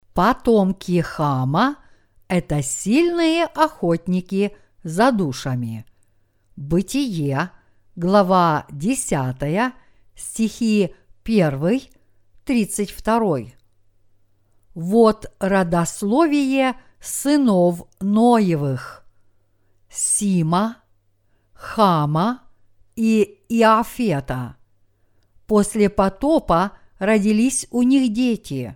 Потомки Хама – это сильные охотники за душами. Бытие, глава 10, стихи 1, 32. Вот родословие сынов Ноевых: Сима, Хама и Иафета. После потопа родились у них дети.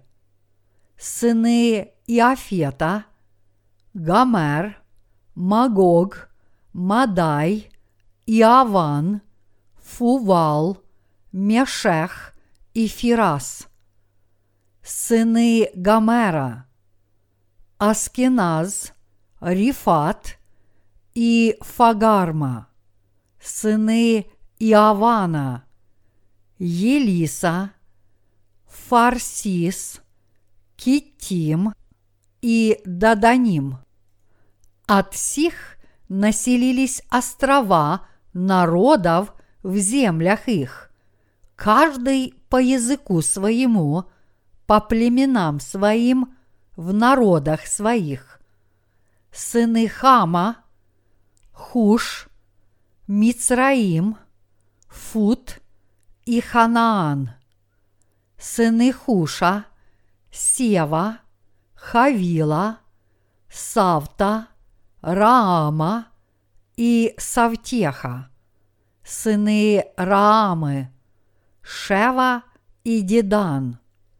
Сыны Иафета: Гомер, Магог, Мадай, Иаван, Фувал, Мешех и Фирас. Сыны Гомера: Аскеназ, Рифат и Фагарма. Сыны Иавана: Елиса, Фарсис, Киттим и Даданим. От сих населились острова народов в землях их, каждый по языку своему, по племенам своим, в народах своих. Сыны Хама: Хуш, Мицраим, Фут и Ханаан. Сыны Хуша: Сева, Хавила, Савта, Раама и Савтеха. Сыны Раамы: Шева и Дедан.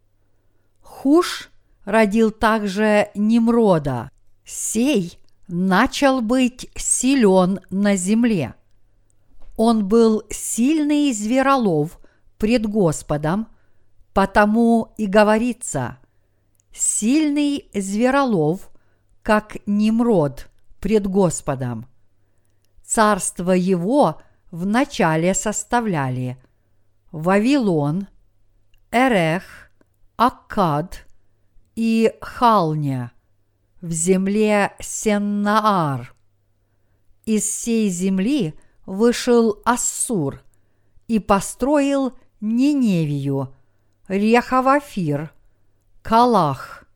Хуш родил также Nimрода. Сей начал быть силен на земле. Он был сильный зверолов пред Господом, потому и говорится: сильный зверолов, как Nimрод пред Господом. Царство его вначале составляли Вавилон, Эрех, Аккад и Халня в земле Сеннаар. Из сей земли вышел Ассур и построил Ниневию, Рехавафир, Калах.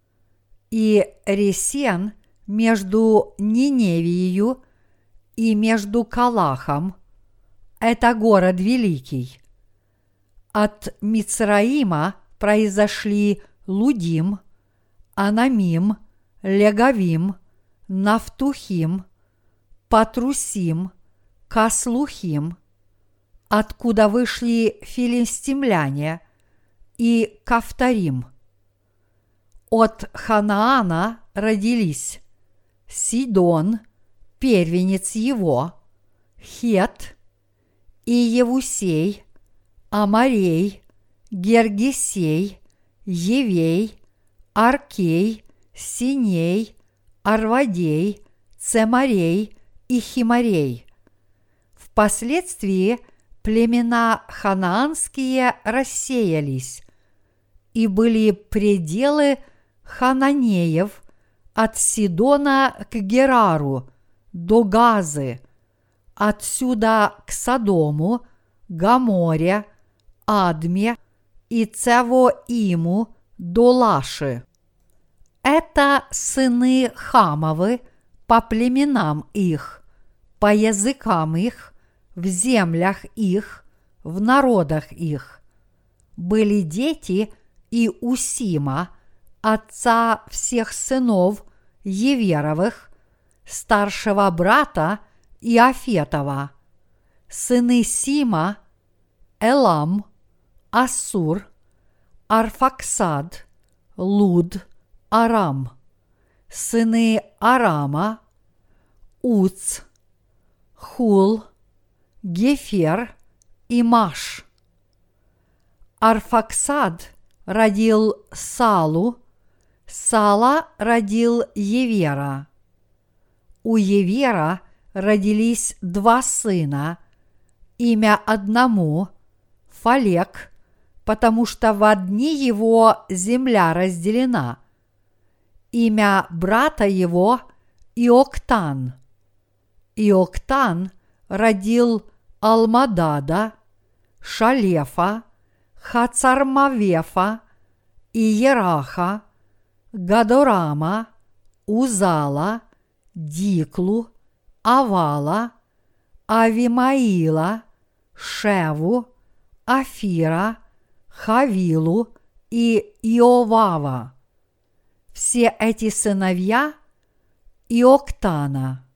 И Ресен между Ниневией и между Калахом – это город великий. От Мицраима произошли Лудим, Анамим, Легавим, Нафтухим, Патрусим, Каслухим, откуда вышли филистимляне, и Кафторим. От Ханаана родились Сидон, первенец его, Хет и Евусей, Амарей, Гергесей, Евей, Аркей, Синей, Арвадей, Цемарей и Химарей. Впоследствии племена ханаанские рассеялись, и были пределы хананеев от Сидона к Герару до Газы, отсюда к Содому, Гоморе, Адме и Цевоиму до Лаши. Это сыны Хамовы по племенам их, по языкам их, в землях их, в народах их. Были дети и у Сима, отца всех сынов Еверовых, старшего брата Иафетова. Сыны Сима: Элам, Ассур, Арфаксад, Луд, Арам. Сыны Арама: Уц, Хул, Гефер и Маш. Арфаксад родил Салу, Сала родил Евера. У Евера родились два сына, имя одному – Фалек, потому что в дни его земля разделена, имя брата его – Иоктан. Иоктан родил Алмадада, Шалефа, Хацармавефа и Ераха, Гадорама, Узала, Диклу, Авала, Авимаила, Шеву, Афира, Хавилу и Иовава. Все эти сыновья Иоктана.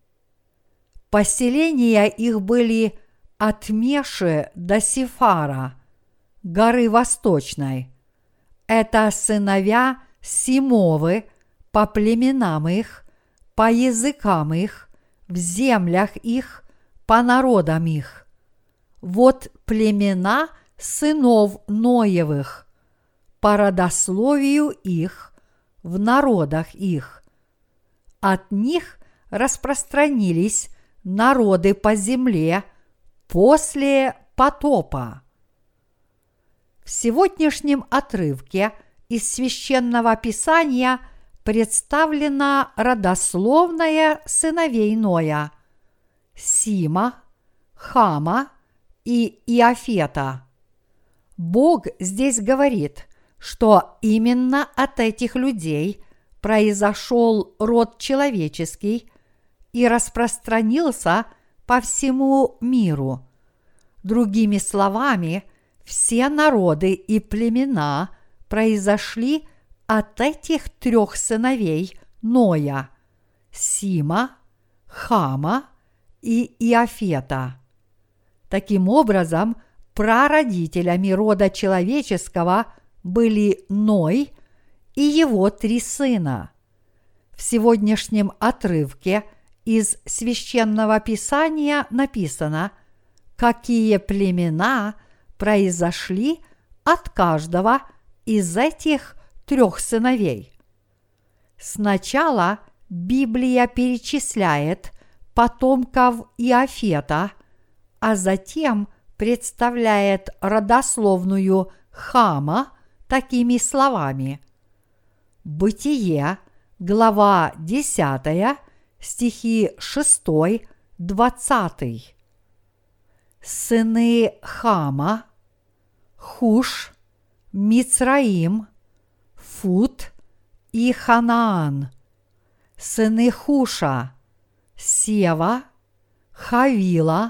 Поселения их были от Меши до Сифара, горы Восточной. Это сыновья Симовы по племенам их, по языкам их, в землях их, по народам их. Вот племена сынов Ноевых, по родословию их, в народах их. От них распространились народы по земле после потопа. В сегодняшнем отрывке из Священного Писания представлена родословная сыновей Ноя – Сима, Хама и Иафета. Бог здесь говорит, что именно от этих людей произошел род человеческий и распространился по всему миру. Другими словами, все народы и племена произошли от этих трех сыновей Ноя – Сима, Хама и Иафета. Таким образом, прародителями рода человеческого были Ной и его три сына. В сегодняшнем отрывке из Священного Писания написано, какие племена произошли от каждого из этих трех сыновей. Сначала Библия перечисляет потомков Иафета, а затем представляет родословную Хама такими словами. Бытие, глава 10, стихи 6-20. Сыны Хама: Хуш, Мицраим, Фут и Ханаан. Сыны Хуша: Сева, Хавила,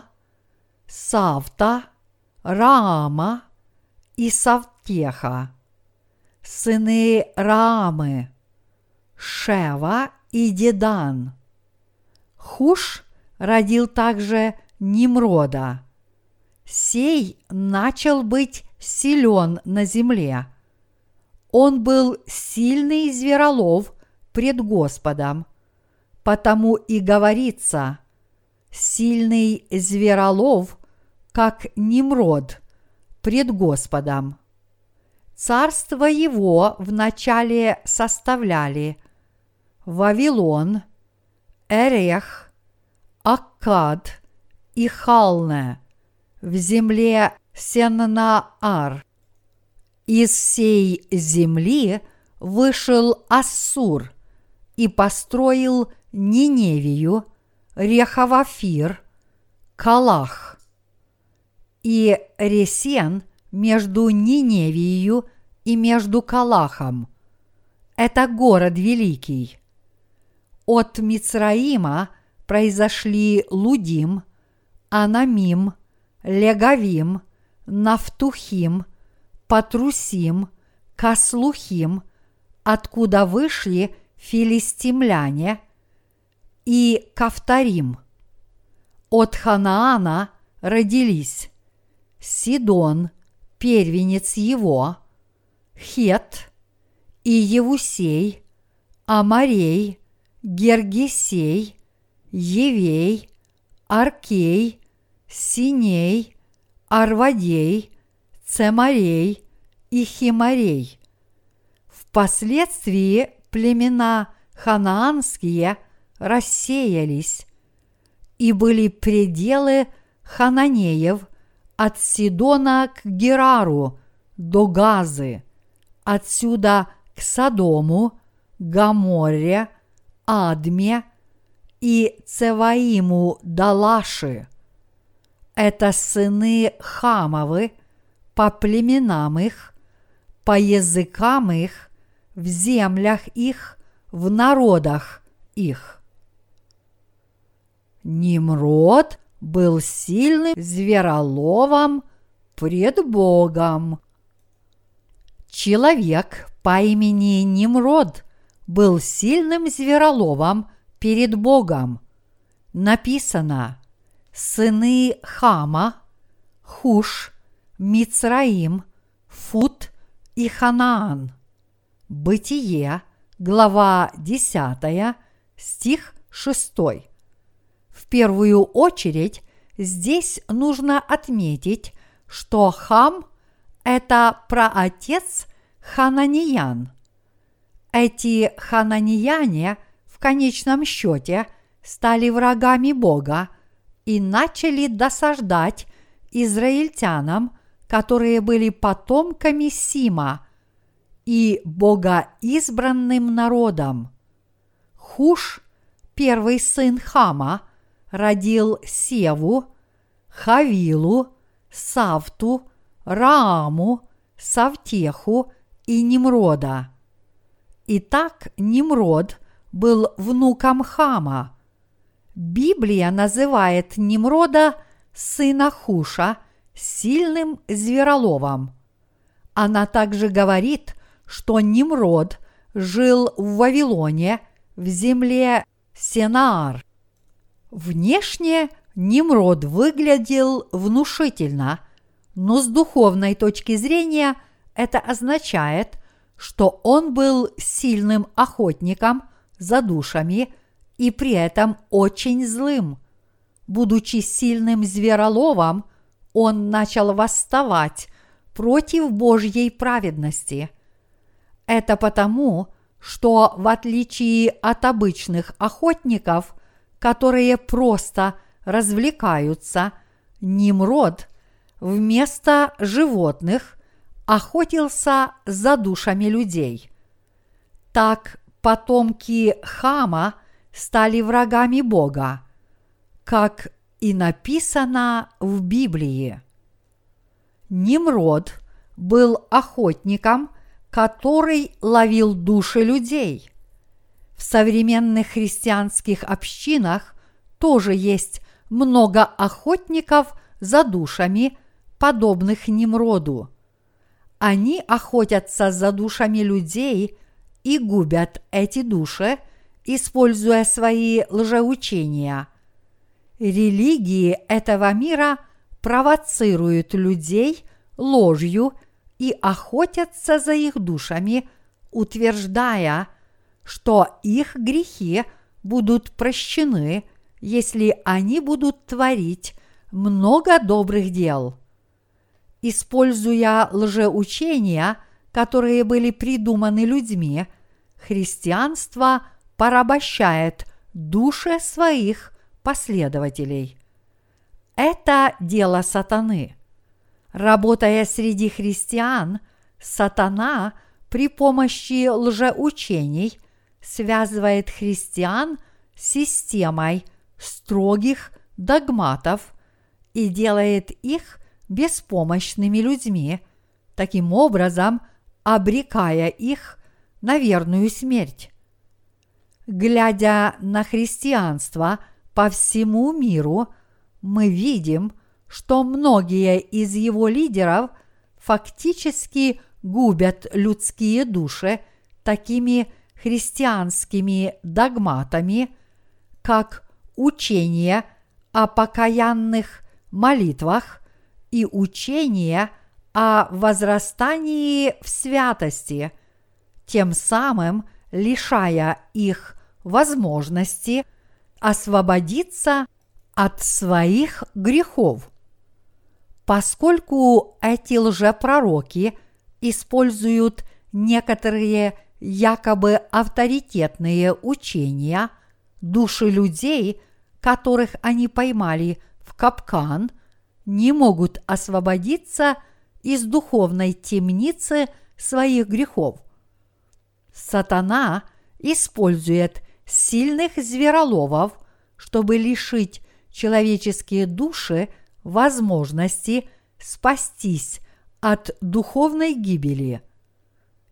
Савта, Раама и Савтеха. Сыны Раамы: Шева и Дедан. Хуш родил также Нимрода. Сей начал быть силен на земле. Он был сильный зверолов пред Господом, потому и говорится: сильный зверолов, как Нимрод, пред Господом. Царство его вначале составляли Вавилон, Эрех, Аккад и Халне в земле Сеннаар. Из сей земли вышел Ассур и построил Ниневию, Рехавафир, Калах. И Ресен между Ниневией и между Калахом. Это город великий. От Мицраима произошли Лудим, Анамим, Легавим, Нафтухим, Патрусим, Каслухим, откуда вышли филистимляне, и Кафтарим. От Ханаана родились Сидон, первенец его, Хет и Евусей, Амарей, Гергесей, Евей, Аркей, Синей, Арвадей, Цемарей и Химарей. Впоследствии племена ханаанские рассеялись, и были пределы хананеев от Сидона к Герару до Газы, отсюда к Содому, Гоморре, Адме и Цеваиму до Лаши. Это сыны Хамовы по племенам их, по языкам их, в землях их, в народах их. Нимрод был сильным звероловом пред Богом. Человек по имени Нимрод был сильным звероловом перед Богом. Написано: сыны Хама, Хуш, Мицраим, Фут и Ханаан. Бытие, глава 10, стих 6. В первую очередь здесь нужно отметить, что Хам – это праотец хананеян. Эти хананеяне в конечном счете стали врагами Бога и начали досаждать израильтянам, которые были потомками Сима и богоизбранным народом. Хуш, первый сын Хама, родил Севу, Хавилу, Савту, Рааму, Савтеху и Нимрода. Итак, Нимрод был внуком Хама. Библия называет Нимрода, сына Хуша, сильным звероловом. Она также говорит, что Нимрод жил в Вавилоне, в земле Сенаар. Внешне Нимрод выглядел внушительно, но с духовной точки зрения это означает, что он был сильным охотником за душами и при этом очень злым. Будучи сильным звероловом, он начал восставать против Божьей праведности. Это потому, что в отличие от обычных охотников, которые просто развлекаются, Нимрод вместо животных охотился за душами людей. Так потомки Хама стали врагами Бога, как и написано в Библии. Нимрод был охотником, который ловил души людей. В современных христианских общинах тоже есть много охотников за душами, подобных Нимроду. Они охотятся за душами людей и губят эти души, используя свои лжеучения. Религии этого мира провоцируют людей ложью и охотятся за их душами, утверждая, что их грехи будут прощены, если они будут творить много добрых дел. Используя лжеучения, которые были придуманы людьми, христианство порабощает души своих последователей. Это дело сатаны. Работая среди христиан, сатана при помощи лжеучений связывает христиан с системой строгих догматов и делает их беспомощными людьми, таким образом обрекая их на верную смерть. Глядя на христианство по всему миру, мы видим, что многие из его лидеров фактически губят людские души такими христианскими догматами, как учение о покаянных молитвах и учение о возрастании в святости, тем самым лишая их возможности освободиться от своих грехов. Поскольку эти лжепророки используют некоторые якобы авторитетные учения, души людей, которых они поймали в капкан, не могут освободиться из духовной темницы своих грехов. Сатана использует сильных звероловов, чтобы лишить человеческие души возможности спастись от духовной гибели.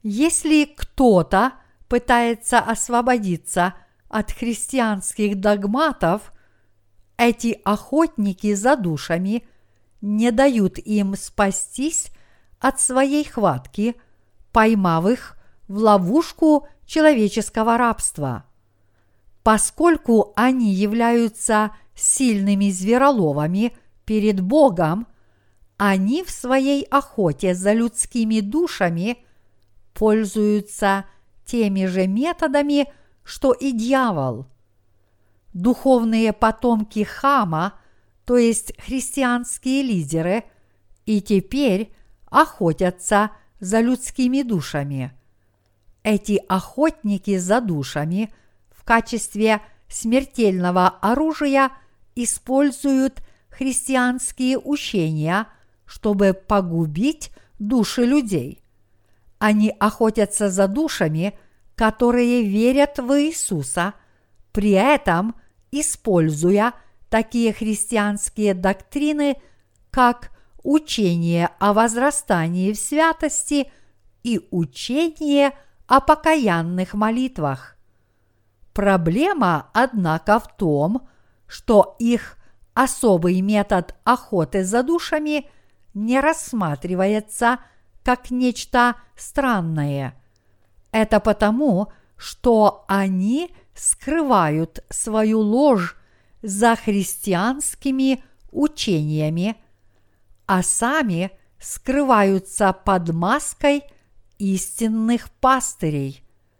Если кто-то пытается освободиться от христианских догматов, эти охотники за душами не дают им спастись от своей хватки, поймав их в ловушку человеческого рабства. Поскольку они являются сильными звероловами перед Богом, они в своей охоте за людскими душами пользуются теми же методами, что и дьявол. Духовные потомки Хама, то есть христианские лидеры, и теперь охотятся за людскими душами. Эти охотники за душами в качестве смертельного оружия используют христианские учения, чтобы погубить души людей. Они охотятся за душами, которые верят в Иисуса, при этом используя такие христианские доктрины, как учение о возрастании в святости и учение о покаянных молитвах. Проблема, однако, в том, что их особый метод охоты за душами не рассматривается как нечто странное. Это потому, что они скрывают свою ложь за христианскими учениями, а сами скрываются под маской истинных пастырей.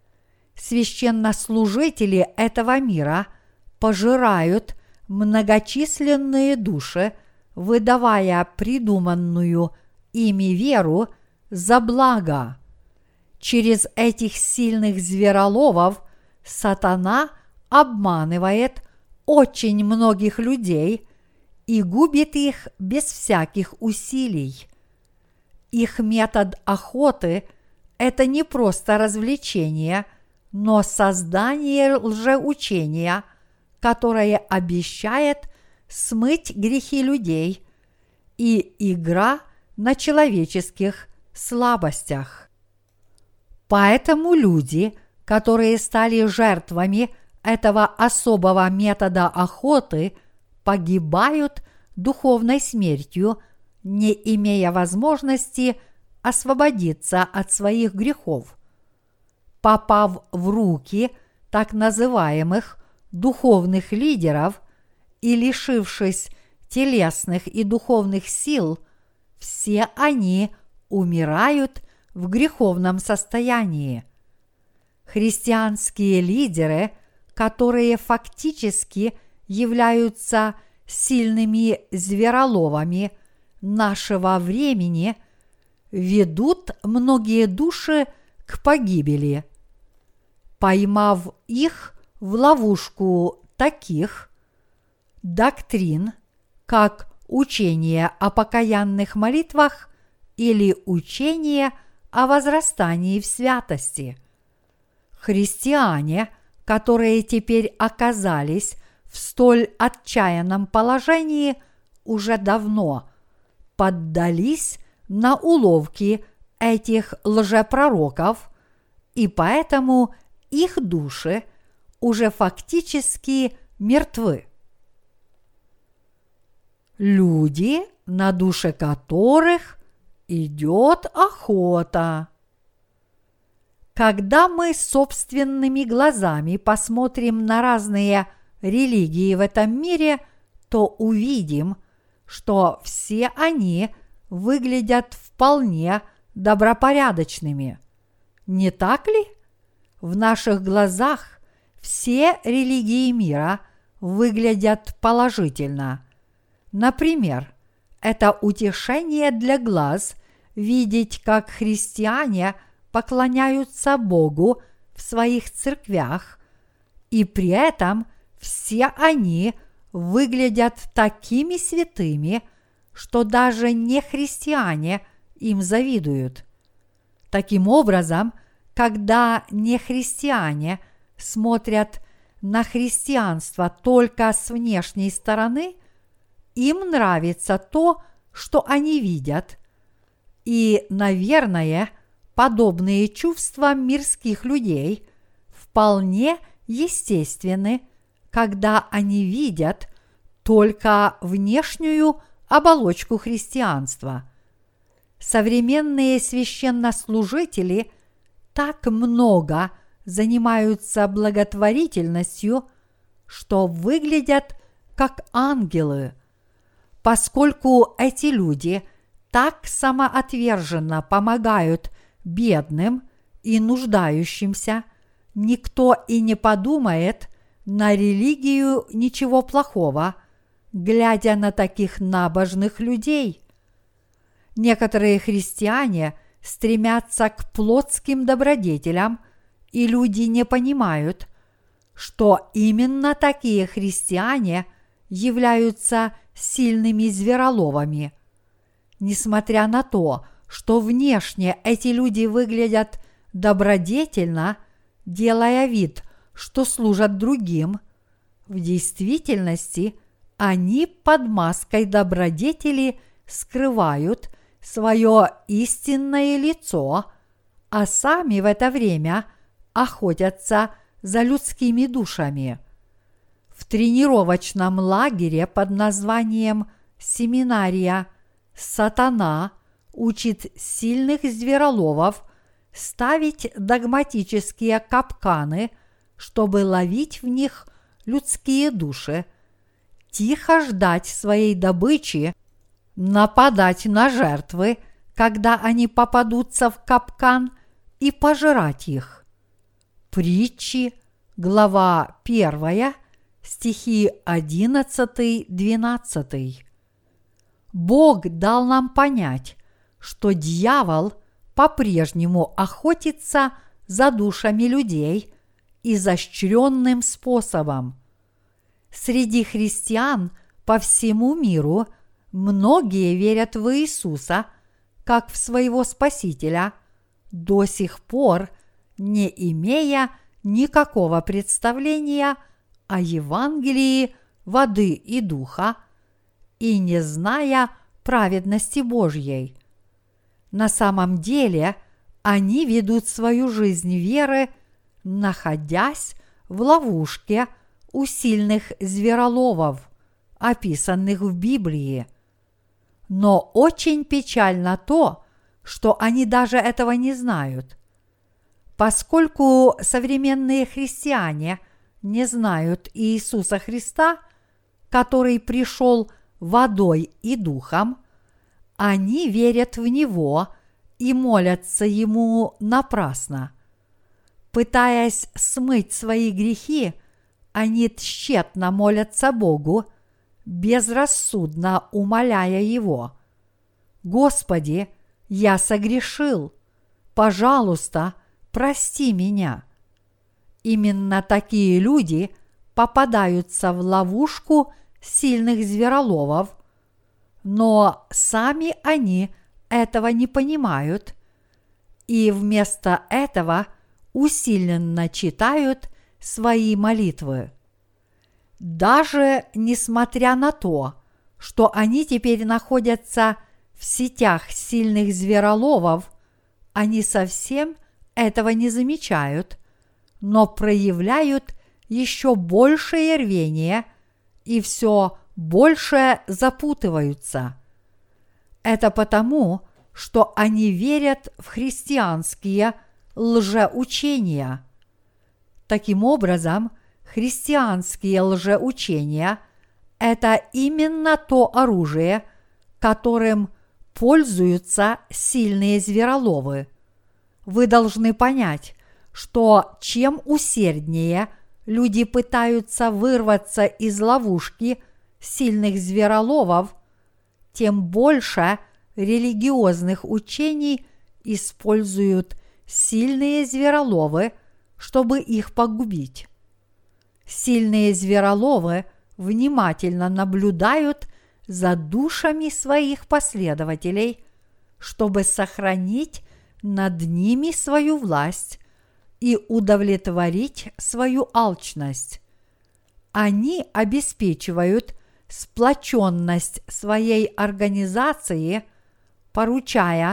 Священнослужители этого мира пожирают многочисленные души, выдавая придуманную ими веру за благо. Через этих сильных звероловов сатана обманывает очень многих людей и губит их без всяких усилий. Их метод охоты – это не просто развлечение, но создание лжеучения, которое обещает смыть грехи людей, и игра на человеческих слабостях. Поэтому люди, которые стали жертвами этого особого метода охоты, погибают духовной смертью, не имея возможности освободиться от своих грехов. Попав в руки так называемых духовных лидеров и лишившись телесных и духовных сил, все они умирают в греховном состоянии. Христианские лидеры, которые фактически являются сильными звероловами нашего времени, ведут многие души к погибели. Поймав их в ловушку таких доктрин, как учение о покаянных молитвах или учение о возрастании в святости. Христиане, которые теперь оказались в столь отчаянном положении, уже давно поддались на уловки этих лжепророков, и поэтому их души уже фактически мертвы. Люди, на душе которых идет охота. Когда мы собственными глазами посмотрим на разные религии в этом мире, то увидим, что все они выглядят вполне добропорядочными. Не так ли? В наших глазах все религии мира выглядят положительно. Например, это утешение для глаз видеть, как христиане поклоняются Богу в своих церквях, и при этом все они выглядят такими святыми, что даже не христиане им завидуют. Таким образом, когда нехристиане смотрят на христианство только с внешней стороны, им нравится то, что они видят, и, наверное, подобные чувства мирских людей вполне естественны, когда они видят только внешнюю оболочку христианства. Современные священнослужители так много занимаются благотворительностью, что выглядят как ангелы. Поскольку эти люди так самоотверженно помогают бедным и нуждающимся, никто и не подумает на религию ничего плохого, глядя на таких набожных людей. Некоторые христиане стремятся к плотским добродетелям, и люди не понимают, что именно такие христиане являются сильными звероловами. Несмотря на то, что внешне эти люди выглядят добродетельно, делая вид, что служат другим, в действительности они под маской добродетели скрывают свое истинное лицо, а сами в это время охотятся за людскими душами. В тренировочном лагере под названием «Семинария» сатана учит сильных звероловов ставить догматические капканы, чтобы ловить в них людские души, тихо ждать своей добычи, нападать на жертвы, когда они попадутся в капкан, и пожирать их. Притчи, глава 1, стихи 11-12. Бог дал нам понять, что дьявол по-прежнему охотится за душами людей изощренным способом. Среди христиан по всему миру многие верят в Иисуса как в своего Спасителя, до сих пор не имея никакого представления о Евангелии воды и духа и не зная праведности Божьей. На самом деле они ведут свою жизнь веры, находясь в ловушке у сильных звероловов, описанных в Библии. Но очень печально то, что они даже этого не знают. Поскольку современные христиане не знают Иисуса Христа, который пришел водой и духом, они верят в Него и молятся Ему напрасно. Пытаясь смыть свои грехи, они тщетно молятся Богу, безрассудно умоляя Его: «Господи, я согрешил, пожалуйста, прости меня». Именно такие люди попадаются в ловушку сильных звероловов, но сами они этого не понимают и вместо этого усиленно читают свои молитвы. Даже несмотря на то, что они теперь находятся в сетях сильных звероловов, они совсем этого не замечают, но проявляют еще большее рвение и все больше запутываются. Это потому, что они верят в христианские лжеучения. Таким образом, христианские лжеучения – это именно то оружие, которым пользуются сильные звероловы. Вы должны понять, что чем усерднее люди пытаются вырваться из ловушки сильных звероловов, тем больше религиозных учений используют сильные звероловы, чтобы их погубить. Сильные звероловы внимательно наблюдают за душами своих последователей, чтобы сохранить над ними свою власть и удовлетворить свою алчность. Они обеспечивают сплоченность своей организации, поручая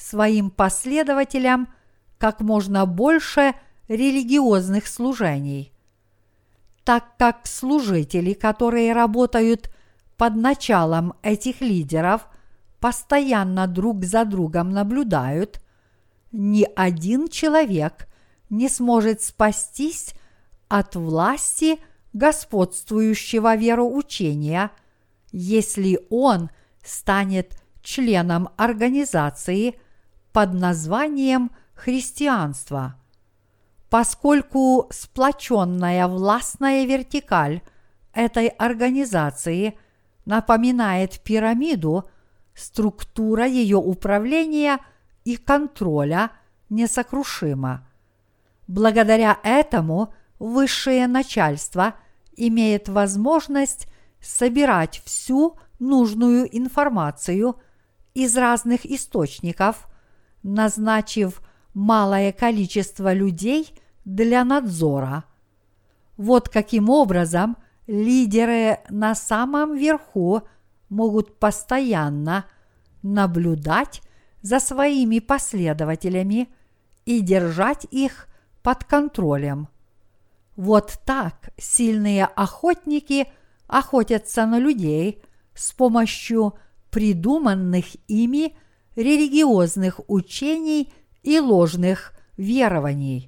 своим последователям как можно больше религиозных служений. Так как служители, которые работают под началом этих лидеров, постоянно друг за другом наблюдают, ни один человек не сможет спастись от власти господствующего вероучения, если он станет членом организации под названием христианство. Поскольку сплоченная властная вертикаль этой организации напоминает пирамиду, структура ее управления и контроля несокрушима. Благодаря этому высшее начальство имеет возможность собирать всю нужную информацию из разных источников, назначив малое количество людей для надзора. Вот каким образом лидеры на самом верху могут постоянно наблюдать за своими последователями и держать их под контролем. Вот так сильные охотники охотятся на людей с помощью придуманных ими религиозных учений и ложных верований.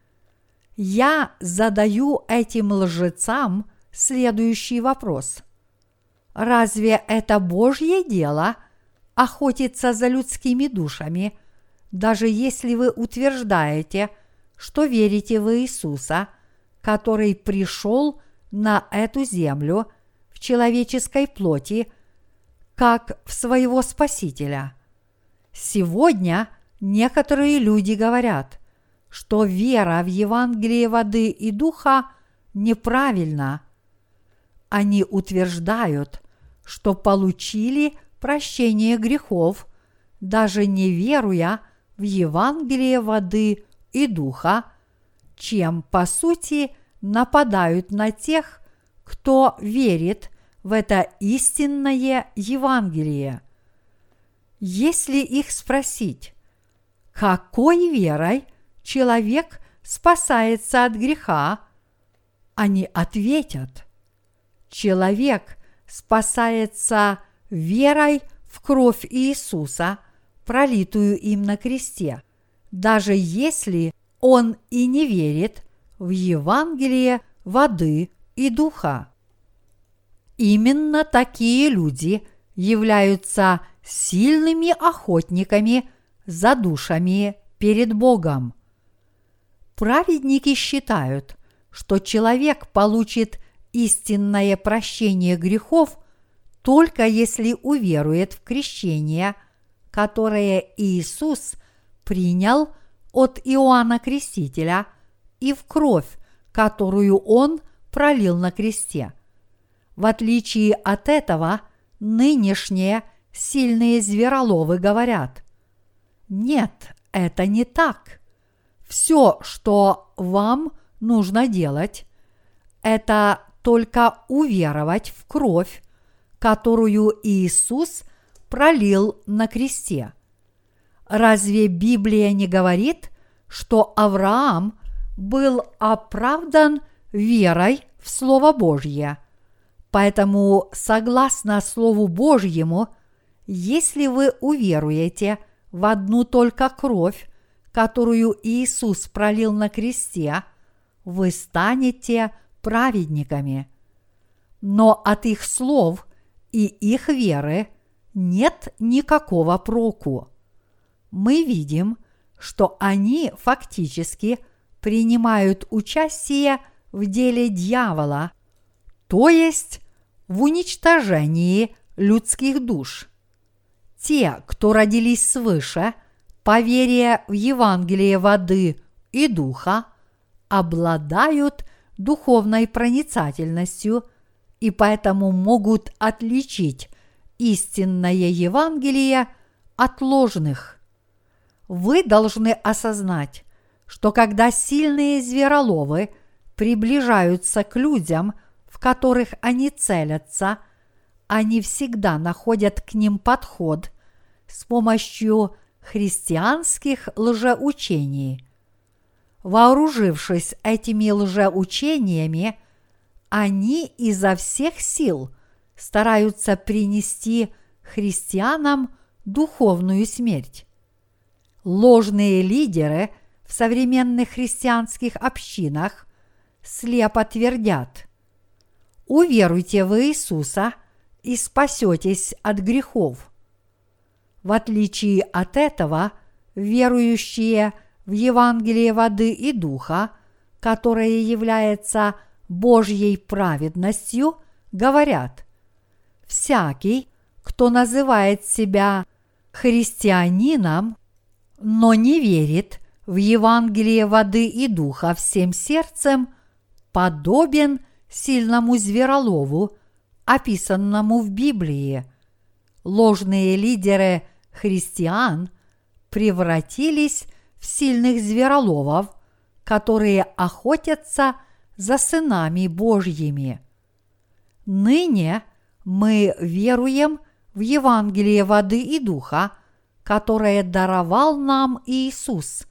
Я задаю этим лжецам следующий вопрос. Разве это Божье дело охотиться за людскими душами, даже если вы утверждаете, что верите в Иисуса, который пришел на эту землю в человеческой плоти, как в своего Спасителя? Сегодня некоторые люди говорят, что вера в Евангелие воды и духа неправильна. Они утверждают, что получили прощение грехов, даже не веруя в Евангелие воды и духа, чем, по сути, нападают на тех, кто верит в это истинное Евангелие. Если их спросить, какой верой человек спасается от греха, они ответят: человек спасается верой в кровь Иисуса, пролитую им на кресте, даже если он и не верит в Евангелие воды и духа. Именно такие люди являются сильными охотниками за душами перед Богом. Праведники считают, что человек получит истинное прощение грехов только если уверует в крещение, которое Иисус принял от Иоанна Крестителя, и в кровь, которую Он пролил на кресте. В отличие от этого, нынешние сильные звероловы говорят: нет, это не так. Все, что вам нужно делать, это только уверовать в кровь, которую Иисус пролил на кресте. Разве Библия не говорит, что Авраам был оправдан верой в Слово Божье? Поэтому, согласно Слову Божьему, если вы уверуете в одну только кровь, которую Иисус пролил на кресте, вы станете праведниками. Но от их слов и их веры нет никакого проку. Мы видим, что они фактически принимают участие в деле дьявола, то есть в уничтожении людских душ. Те, кто родились свыше, по вере в Евангелие воды и духа, обладают духовной проницательностью и поэтому могут отличить истинное Евангелие от ложных. Вы должны осознать, что когда сильные звероловы приближаются к людям, в которых они целятся, они всегда находят к ним подход с помощью христианских лжеучений. Вооружившись этими лжеучениями, они изо всех сил стараются принести христианам духовную смерть. Ложные лидеры в современных христианских общинах слепо твердят: «Уверуйте в Иисуса и спасетесь от грехов». В отличие от этого, верующие в Евангелие воды и духа, которое является Божьей праведностью, говорят: «Всякий, кто называет себя христианином, но не верит в Евангелие воды и духа всем сердцем, подобен сильному зверолову, описанному в Библии». Ложные лидеры христиан превратились в сильных звероловов, которые охотятся за сынами Божьими. Ныне мы веруем в Евангелие воды и духа, которое даровал нам Иисус,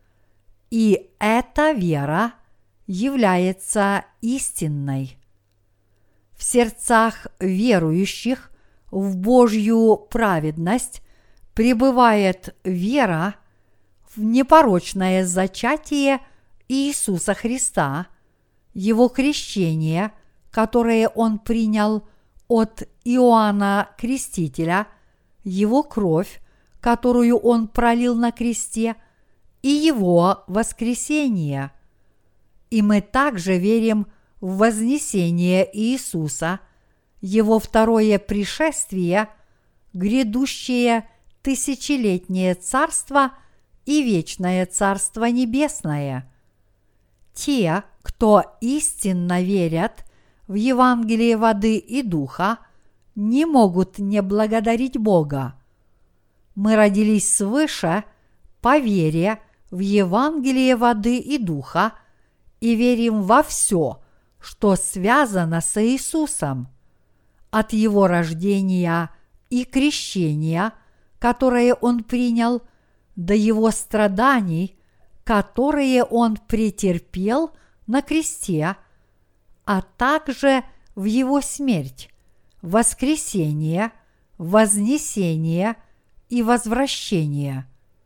и эта вера является истинной. В сердцах верующих в Божью праведность пребывает вера в непорочное зачатие Иисуса Христа, Его крещение, которое Он принял от Иоанна Крестителя, Его кровь, которую Он пролил на кресте, и Его воскресение. И мы также верим в вознесение Иисуса, Его второе пришествие, грядущее тысячелетнее царство и вечное царство небесное. Те, кто истинно верят в Евангелие воды и духа, не могут не благодарить Бога. Мы родились свыше по вере в Евангелие воды и духа и верим во все, что связано с Иисусом. От Его рождения и крещения, которое Он принял, до Его страданий, которые Он претерпел на кресте, а также в Его смерть, воскресение, вознесение и возвращение.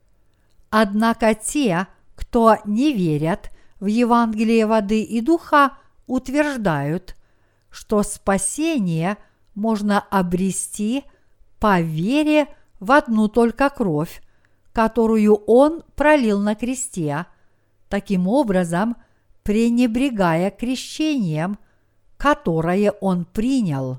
Однако те, кто не верят в Евангелие воды и духа, утверждают, что спасение можно обрести по вере в одну только кровь, которую Он пролил на кресте, таким образом пренебрегая крещением, которое Он принял.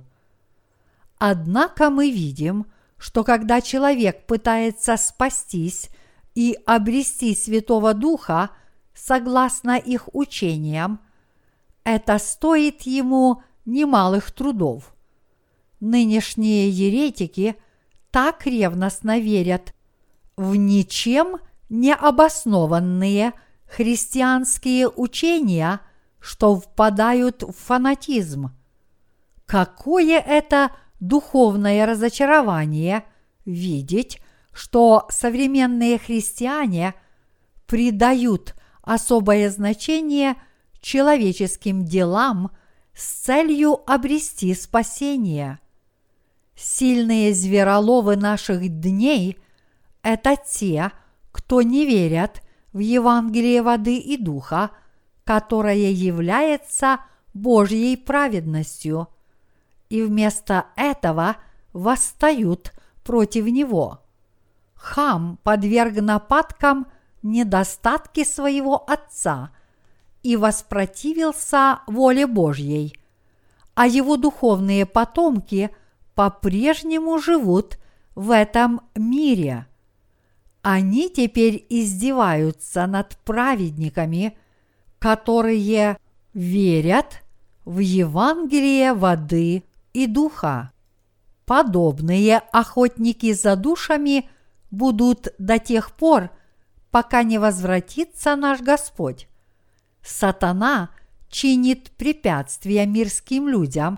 Однако мы видим, что когда человек пытается спастись и обрести Святого Духа согласно их учениям, это стоит ему немалых трудов. Нынешние еретики так ревностно верят в ничем не обоснованные христианские учения, что впадают в фанатизм. Какое это духовное разочарование видеть, что современные христиане придают особое значение человеческим делам с целью обрести спасение. Сильные звероловы наших дней – это те, кто не верят в Евангелие воды и духа, которое является Божьей праведностью, и вместо этого восстают против него. Хам подверг нападкам недостатки своего отца и воспротивился воле Божьей, а его духовные потомки по-прежнему живут в этом мире. Они теперь издеваются над праведниками, которые верят в Евангелие воды и духа. Подобные охотники за душами будут до тех пор, пока не возвратится наш Господь. Сатана чинит препятствия мирским людям,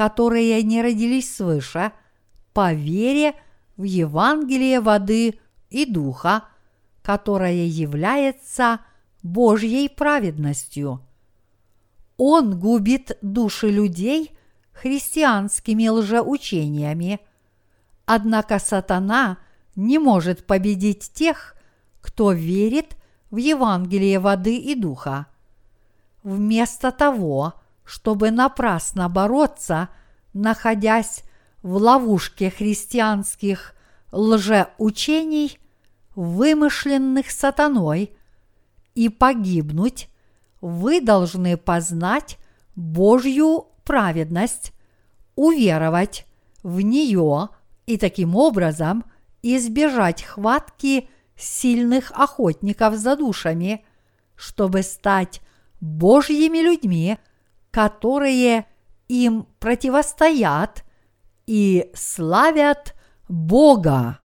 которые не родились свыше, по вере в Евангелие воды и духа, которое является Божьей праведностью. Он губит души людей христианскими лжеучениями, однако сатана не может победить тех, кто верит в Евангелие воды и духа. Вместо того, чтобы напрасно бороться, находясь в ловушке христианских лжеучений, вымышленных сатаной, и погибнуть, вы должны познать Божью праведность, уверовать в нее и таким образом избежать хватки сильных охотников за душами, чтобы стать Божьими людьми, которые им противостоят и славят Бога.